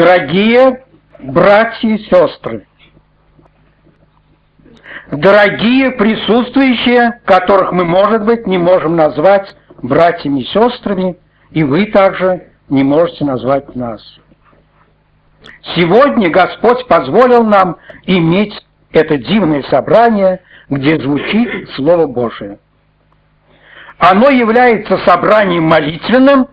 Дорогие братья и сестры, дорогие присутствующие, которых мы, может быть, не можем назвать братьями и сестрами, и вы также не можете назвать нас. Сегодня Господь позволил нам иметь это дивное собрание, где звучит Слово Божие. Оно является собранием молитвенным,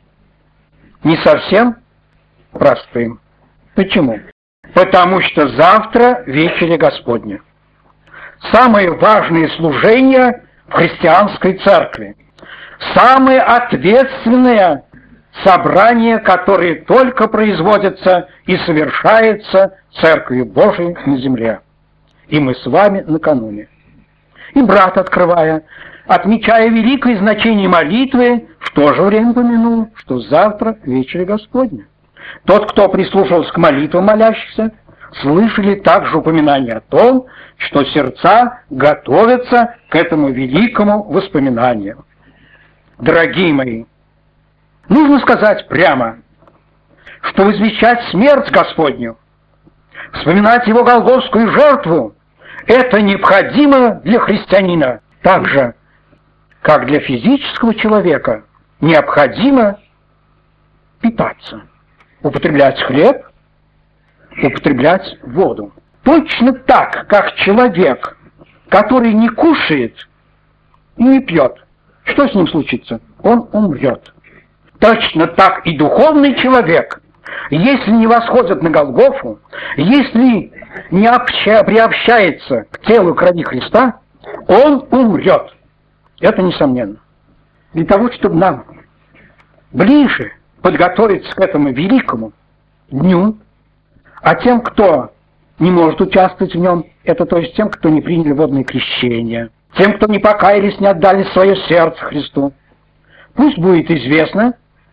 не совсем простым. Почему? Потому что завтра вечеря Господня. Самое важное служение в христианской церкви. Самое ответственное собрание, которое только производится и совершается Церковью Божией на земле. И мы с вами накануне. И брат, открывая, отмечая великое значение молитвы, в то же время помянул, что завтра вечеря Господня. Тот, кто прислушался к молитвам молящихся, слышали также упоминание о том, что сердца готовятся к этому великому воспоминанию. Дорогие мои, нужно сказать прямо, что возвещать смерть Господню, вспоминать Его голгофскую жертву, это необходимо для христианина, так же, как для физического человека необходимо питаться, употреблять хлеб, употреблять воду. Точно так, как человек, который не кушает и не пьет, что с ним случится? Он умрет. Точно так и духовный человек, если не восходит на Голгофу, если не приобщается к телу и крови Христа, он умрет. Это несомненно. Для того, чтобы нам ближе подготовиться к этому великому дню, а тем, кто не может участвовать в нем, это то есть тем, кто не приняли водное крещение, тем, кто не покаялись, не отдали свое сердце Христу, пусть будет известно,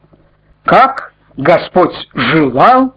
как Господь желал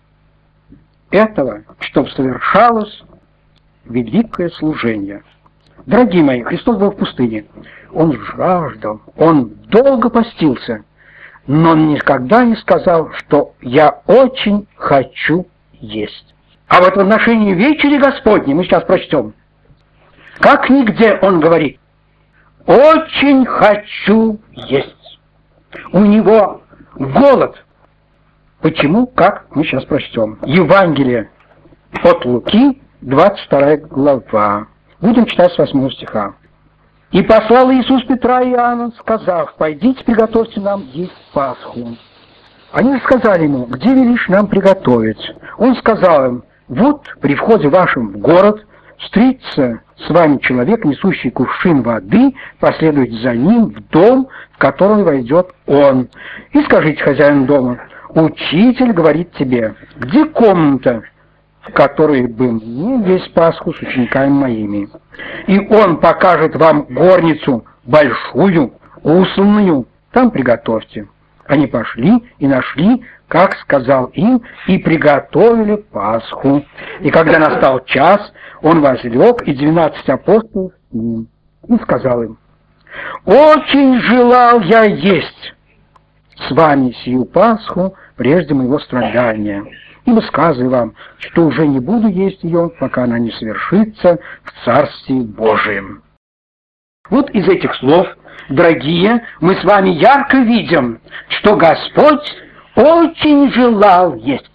этого, чтобы совершалось великое служение. Дорогие мои, Христос был в пустыне. Он жаждал, он долго постился, но он никогда не сказал, что «я очень хочу есть». А вот в отношении вечери Господней, мы сейчас прочтем, как нигде он говорит «очень хочу есть». У него голод. Почему? Как? Мы сейчас прочтем. Евангелие от Луки, 22 глава. Будем читать с 8 стиха. «И послал Иисус Петра и Иоанна, сказав: пойдите, приготовьте нам есть Пасху. Они сказали ему: где велишь нам приготовить? Он сказал им: вот при входе вашем в город встретится с вами человек, несущий кувшин воды, последуйте за ним в дом, в который войдет он. И скажите хозяину дома: учитель говорит тебе: где комната, в которой бы мне есть Пасху с учениками моими? И он покажет вам горницу большую, усланную, там приготовьте». Они пошли и нашли, как сказал им, и приготовили Пасху. И когда настал час, он возлег, и 12 апостолов с ним. И сказал им: очень желал я есть с вами сию Пасху прежде моего страдания. Ибо сказываю вам, что уже не буду есть ее, пока она не совершится в Царстве Божием. Вот из этих слов, дорогие, мы с вами ярко видим, что Господь очень желал есть.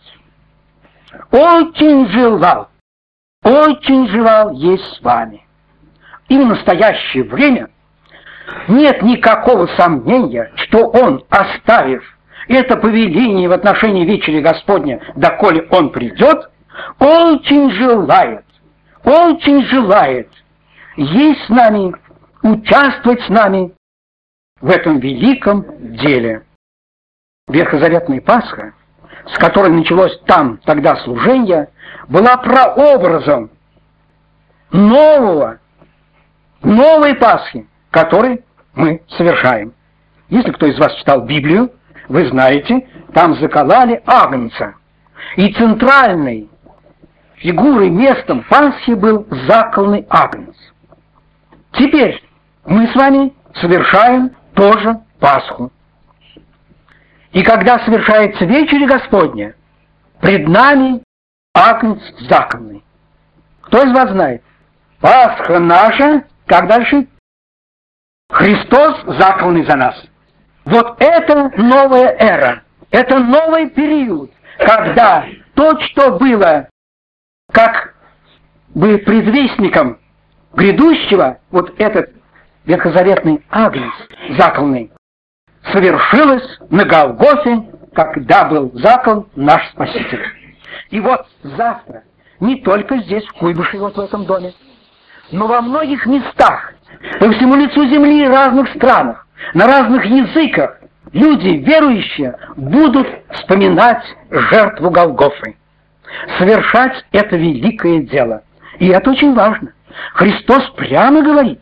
Очень желал есть с вами. И в настоящее время нет никакого сомнения, что Он, оставив это повеление в отношении вечери Господня, доколе Он придет, очень желает есть с нами, участвовать с нами в этом великом деле. Ветхозаветная Пасха, с которой началось там тогда служение, была прообразом новой Пасхи, который мы совершаем. Если кто из вас читал Библию, вы знаете, там закололи агнца. И центральной фигурой, местом Пасхи был заколотый агнец. Теперь мы с вами совершаем тоже Пасху. И когда совершается вечеря Господня, пред нами Агнец законный. Кто из вас знает? Пасха наша, как дальше? Христос законный за нас. Вот это новая эра, это новый период, когда то, что было как бы предвестником грядущего, вот этот ветхозаветный Агнец законный, совершилось на Голгофе, когда был заклан наш Спаситель. И вот завтра, не только здесь, в Куйбышеве, вот в этом доме, но во многих местах, по всему лицу земли и разных странах, на разных языках, люди, верующие, будут вспоминать жертву Голгофы, совершать это великое дело. И это очень важно. Христос прямо говорит: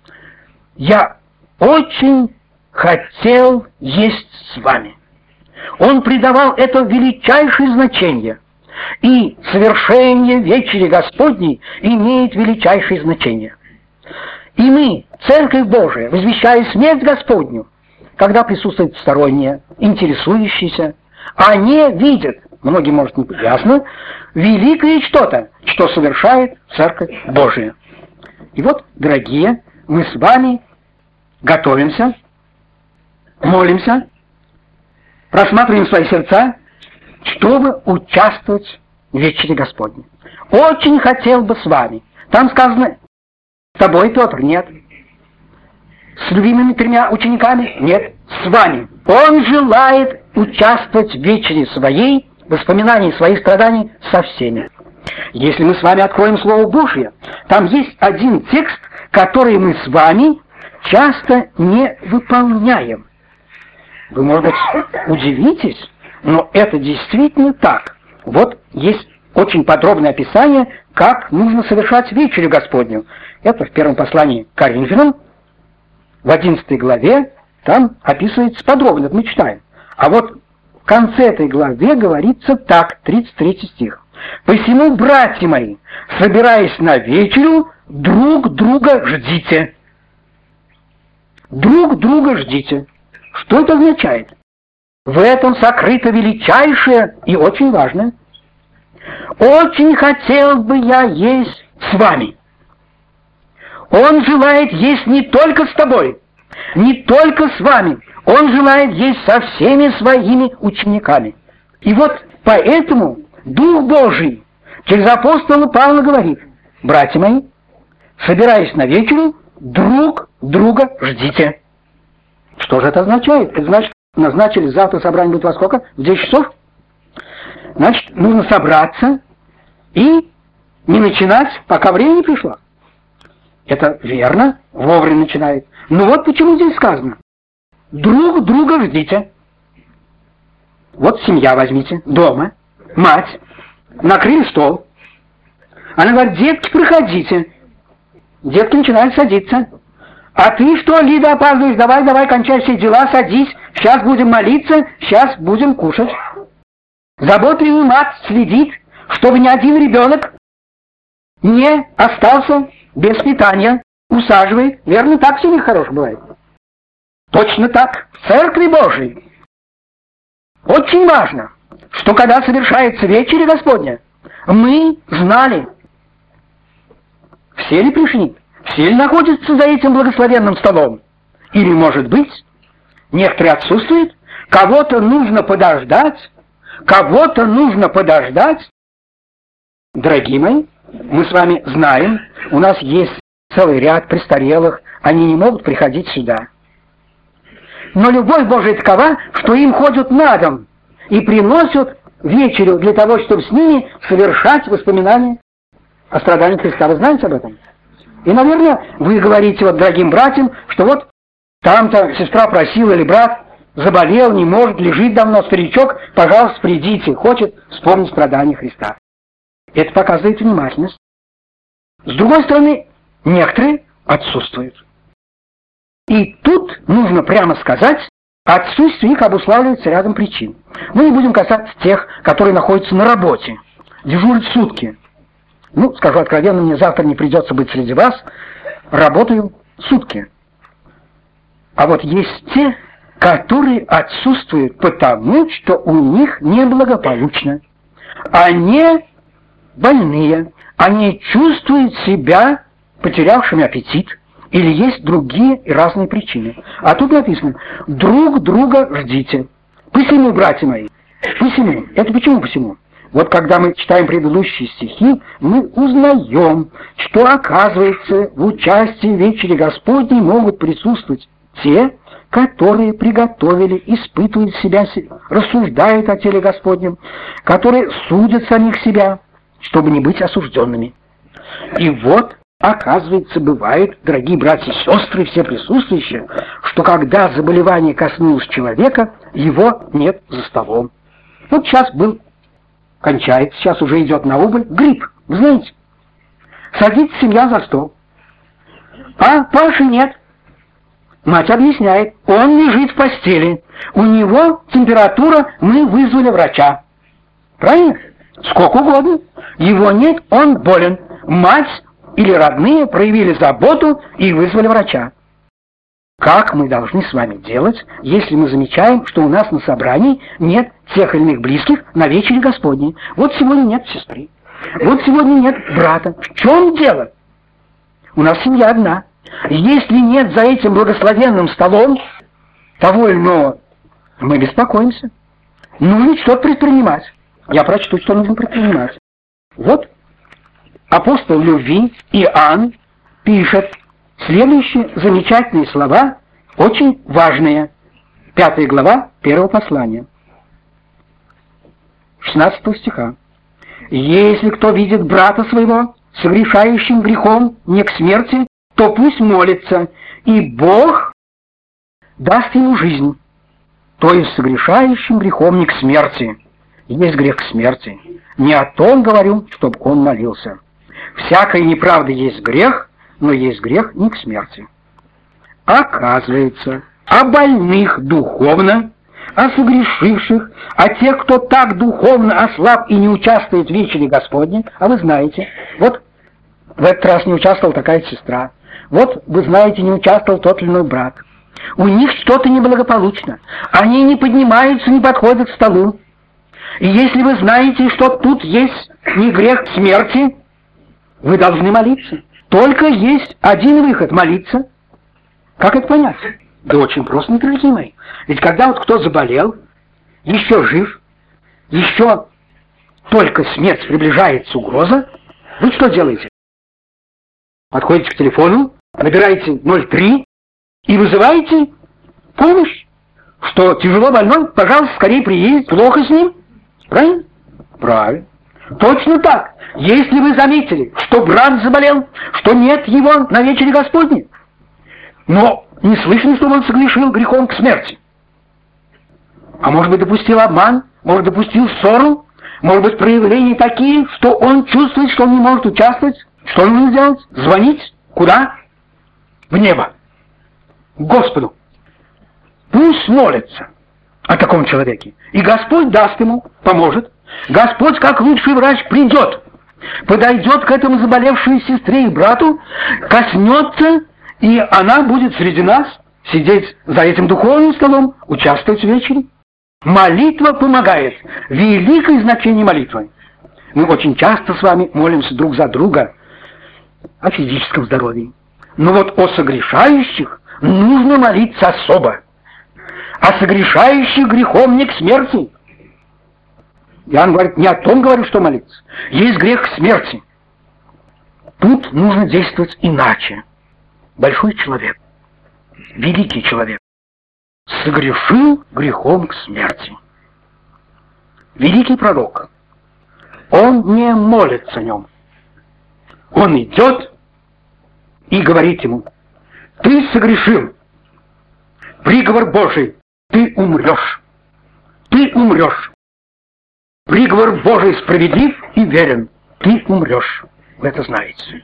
«Я очень хотел есть с вами». Он придавал это величайшее значение. И совершение вечери Господней имеет величайшее значение. И мы, Церковь Божия, возвещая смерть Господню, когда присутствуют сторонние, интересующиеся, они видят, многим может не быть ясно, великое что-то, что совершает Церковь Божия. И вот, дорогие, мы с вами готовимся, молимся, просматриваем свои сердца, чтобы участвовать в вечере Господней. Очень хотел бы с вами. Там сказано: с тобой, Петр, нет. С любимыми 3 учениками? Нет. С вами. Он желает участвовать в вечере своей, в воспоминании своих страданий со всеми. Если мы с вами откроем Слово Божье, там есть один текст, который мы с вами часто не выполняем. Вы, может быть, удивитесь, но это действительно так. Вот есть очень подробное описание, как нужно совершать вечерю Господню. Это в первом послании к Коринфянам, в 11 главе, там описывается подробно, это мы читаем. А вот в конце этой главы говорится так, 33 стих. «Посему, братья мои, собираясь на вечерю, друг друга ждите». Друг друга ждите. Что это означает? В этом сокрыто величайшее и очень важное. Очень хотел бы я есть с вами. Он желает есть не только с тобой, не только с вами. Он желает есть со всеми своими учениками. И вот поэтому Дух Божий через апостола Павла говорит: братья мои, собираясь на вечерю, друг друга ждите. Что же это означает? Это значит, назначили завтра собрание будет во сколько? В 10 часов? Значит, нужно собраться и не начинать, пока время не пришло. Это верно, вовремя начинает. Но вот почему здесь сказано: друг друга ждите. Вот семья возьмите, дома, мать, накрыли стол. Она говорит: детки, проходите. Детки начинают садиться. А ты что, Лида, опаздываешь? Давай, кончай все дела, садись. Сейчас будем молиться, сейчас будем кушать. Заботливый мать следит, чтобы ни один ребенок не остался без питания. Усаживает. Верно, так в семье хорош бывает. Точно так. В Церкви Божией очень важно, что когда совершается вечеря Господня, мы знали, все ли пришли, все ли находятся за этим благословенным столом. Или, может быть, некоторые отсутствуют, кого-то нужно подождать, Дорогие мои, мы с вами знаем, у нас есть целый ряд престарелых, они не могут приходить сюда. Но любовь Божия такова, что им ходят на дом и приносят вечерю для того, чтобы с ними совершать воспоминания о страдании Христа. Вы знаете об этом? И, наверное, вы говорите вот дорогим братьям, что вот там-то сестра просила или брат заболел, не может, лежит давно, старичок, пожалуйста, придите, хочет вспомнить страдания Христа. Это показывает внимательность. С другой стороны, некоторые отсутствуют. И тут нужно прямо сказать, отсутствие их обуславливается рядом причин. Мы не будем касаться тех, которые находятся на работе, дежурят сутки. Ну, скажу откровенно, мне завтра не придется быть среди вас, работаю сутки. А вот есть те, которые отсутствуют потому, что у них неблагополучно. они больные, они чувствуют себя потерявшими аппетит, или есть другие и разные причины. А тут написано: друг друга ждите. Посему, братья мои, посему. Это почему посему? Вот когда мы читаем предыдущие стихи, мы узнаем, что, оказывается, в участии в вечере Господней могут присутствовать те, которые приготовили, испытывают себя, рассуждают о теле Господнем, которые судят самих себя, чтобы не быть осужденными. И вот, оказывается, бывает, дорогие братья и сестры, все присутствующие, что когда заболевание коснулось человека, его нет за столом. Вот сейчас кончается, сейчас уже идет на убыль грипп, вы знаете. Садится семья за стол. А Паши нет. Мать объясняет, он лежит в постели. У него температура, мы вызвали врача. Правильно? Сколько угодно. Его нет, он болен. Мать или родные проявили заботу и вызвали врача. Как мы должны с вами делать, если мы замечаем, что у нас на собрании нет тех или иных близких на вечере Господней? Вот сегодня нет сестры, вот сегодня нет брата. В чем дело? У нас семья одна. Если нет за этим благословенным столом того или иного, мы беспокоимся. Нужно что-то предпринимать. Я прочту, что нужно предпринимать. Вот апостол любви Иоанн пишет следующие замечательные слова, очень важные. 5 глава 1 послания, 16 стиха. «Если кто видит брата своего, согрешающим грехом не к смерти, то пусть молится, и Бог даст ему жизнь». То есть согрешающим грехом не к смерти. Есть грех к смерти. Не о том говорю, чтобы он молился. Всякая неправда есть грех, но есть грех не к смерти. Оказывается, о больных духовно, о согрешивших, о тех, кто так духовно ослаб и не участвует в вечере Господней, а вы знаете, вот в этот раз не участвовала такая сестра, вот вы знаете, не участвовал тот или иной брат. У них что-то неблагополучно, они не поднимаются, не подходят к столу. И если вы знаете, что тут есть не грех смерти, вы должны молиться. Только есть один выход — молиться. Как это понять? Да очень просто, дорогие мои. Ведь когда вот кто заболел, еще жив, еще только смерть приближается, угроза, вы что делаете? Подходите к телефону, набираете 03 и вызываете помощь. Что тяжело больной, пожалуйста, скорее приедет, плохо с ним. Правильно? Правильно. Точно так. Если вы заметили, что брат заболел, что нет его на вечере Господней, но не слышно, чтобы он согрешил грехом к смерти. А может быть, допустил обман, может, допустил ссору, может быть, проявления такие, что он чувствует, что он не может участвовать. Что нужно сделать? Звонить? Куда? В небо. К Господу. Пусть молится о таком человеке. И Господь даст ему, поможет. Господь, как лучший врач, придет, подойдет к этому заболевшей сестре и брату, коснется, и она будет среди нас сидеть за этим духовным столом, участвовать в вечере. Молитва помогает. Великое значение молитвы. Мы очень часто с вами молимся друг за друга о физическом здоровье. Но вот о согрешающих нужно молиться особо. О согрешающих грехом не к смерти. Иоанн говорит, не о том говорю, что молиться. Есть грех к смерти. Тут нужно действовать иначе. Большой человек, великий человек, согрешил грехом к смерти. Великий пророк, он не молится о нем. Он идет и говорит ему: ты согрешил, приговор Божий, ты умрешь. Ты умрешь. Приговор Божий справедлив и верен. Ты умрешь. Вы это знаете.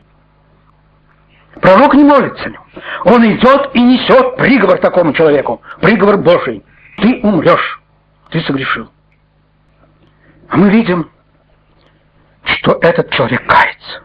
Пророк не молится о нем. Он идет и несет приговор такому человеку. Приговор Божий. Ты умрешь. Ты согрешил. А мы видим, что этот человек кается.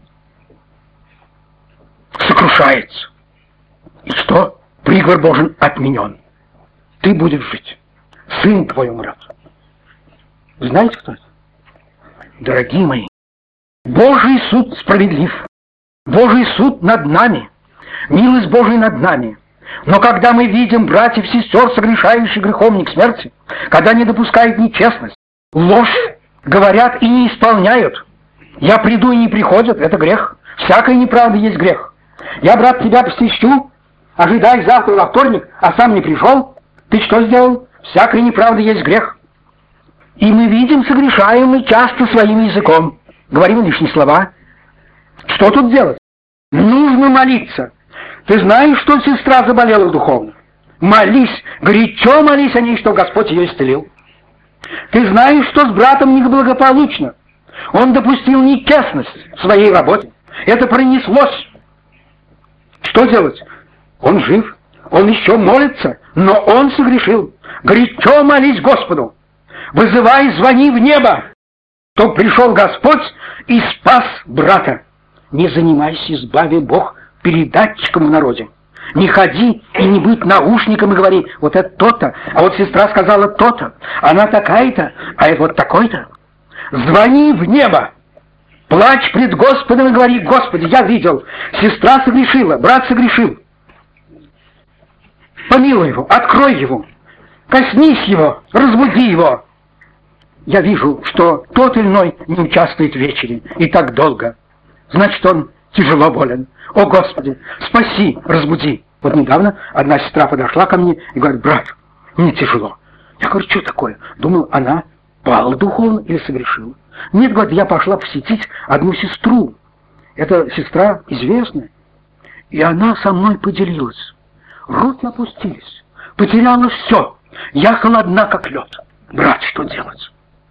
Сокрушается. И что? Приговор Божий отменен. Ты будешь жить. Сын твой умрет. Знаете, кто это? Дорогие мои, Божий суд справедлив, Божий суд над нами, милость Божия над нами. Но когда мы видим братьев и сестер, согрешающих грехом не к смерти, когда не допускают нечестность, ложь, говорят и не исполняют, я приду и не приходят, это грех. Всякая неправда есть грех. Я, брат, тебя посещу, ожидай завтра во вторник, а сам не пришел. Ты что сделал? Всякая неправда есть грех. И мы видим, согрешаем мы часто своим языком, говорим лишние слова. Что тут делать? Нужно молиться. Ты знаешь, что сестра заболела духовно? Молись, горячо молись о ней, что Господь ее исцелил. Ты знаешь, что с братом неблагополучно. Он допустил нечестность в своей работе. Это пронеслось. Что делать? Он жив, он еще молится, но он согрешил. Горячо молись Господу. Вызывай, звони в небо, чтоб пришел Господь и спас брата. Не занимайся, избави Бог, передатчиком в народе. Не ходи и не будь наушником и говори, вот это то-то, а вот сестра сказала то-то, она такая-то, а это вот такой-то. Звони в небо, плачь пред Господом и говори: Господи, я видел, сестра согрешила, брат согрешил. Помилуй его, открой его, коснись его, разбуди его. Я вижу, что тот или иной не участвует в вечере, и так долго. Значит, он тяжело болен. О, Господи, спаси, разбуди. Вот недавно одна сестра подошла ко мне и говорит: брат, мне тяжело. Я говорю: что такое? Думал, она пала духовно или согрешила. Нет, говорит, я пошла посетить одну сестру. Эта сестра известная. И она со мной поделилась. Руки опустились. Потеряла все. Я холодна, как лед. Брат, что делать?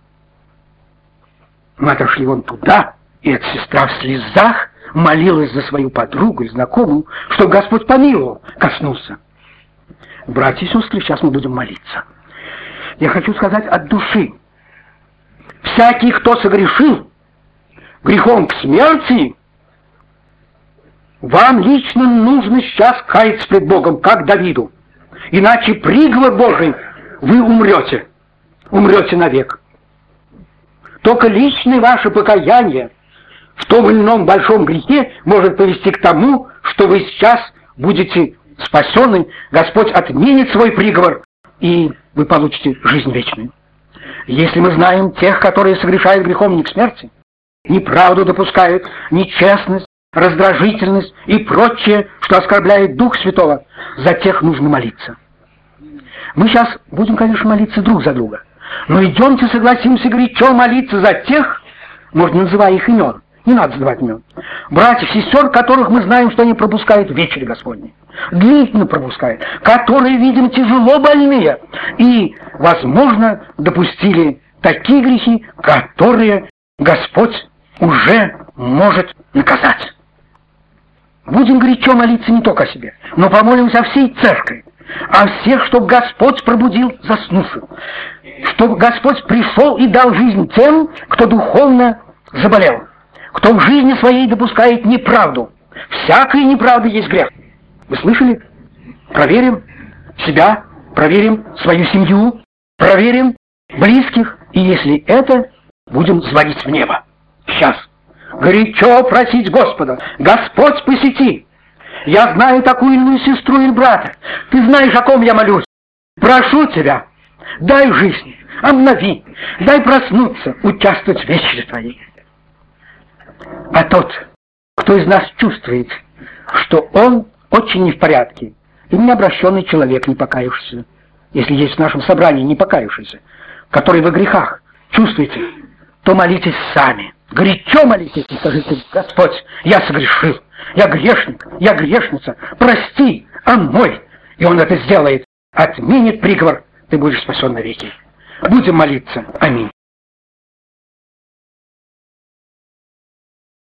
Мы отошли вон туда, и эта сестра в слезах молилась за свою подругу и знакомую, чтобы Господь помиловал, коснулся. Братья и сестры, сейчас мы будем молиться. Я хочу сказать от души. Всякий, кто согрешил грехом к смерти, вам лично нужно сейчас каяться пред Богом, как Давиду. Иначе приговор Божий, вы умрете. Умрете навек. Только личное ваше покаяние в том или ином большом грехе может повести к тому, что вы сейчас будете спасены, Господь отменит свой приговор, и вы получите жизнь вечную. Если мы знаем тех, которые согрешают грехом не к смерти, неправду допускают, нечестность, раздражительность и прочее, что оскорбляет Дух Святого, за тех нужно молиться. Мы сейчас будем, конечно, молиться друг за друга, но идемте согласимся горячо молиться за тех, может, не называя их имен, не надо задавать имен, братьев, сестер, которых мы знаем, что они пропускают вечери Господни, длительно пропускают, которые, видимо, тяжело больные и, возможно, допустили такие грехи, которые Господь уже может наказать. Будем горячо молиться не только о себе, но помолимся о всей церкви, о всех, чтобы Господь пробудил заснувших, чтобы Господь пришел и дал жизнь тем, кто духовно заболел, кто в жизни своей допускает неправду. Всякая неправда есть грех. Вы слышали? Проверим себя, проверим свою семью, проверим близких, и если это, будем звонить в небо. Сейчас. Горячо просить Господа: Господь, посети. Я знаю такую или иную сестру или брата. Ты знаешь, о ком я молюсь. Прошу тебя, дай жизнь, обнови, дай проснуться, участвовать в вечере твоей. А тот, кто из нас чувствует, что он очень не в порядке, и необращенный человек, не покаявшийся, если есть в нашем собрании не покаявшийся, который во грехах, чувствуете, то молитесь сами. Горячо молитесь и скажите: Господь, я согрешил, я грешник, я грешница, прости, омой. И Он это сделает, отменит приговор, ты будешь спасен навеки. Будем молиться. Аминь.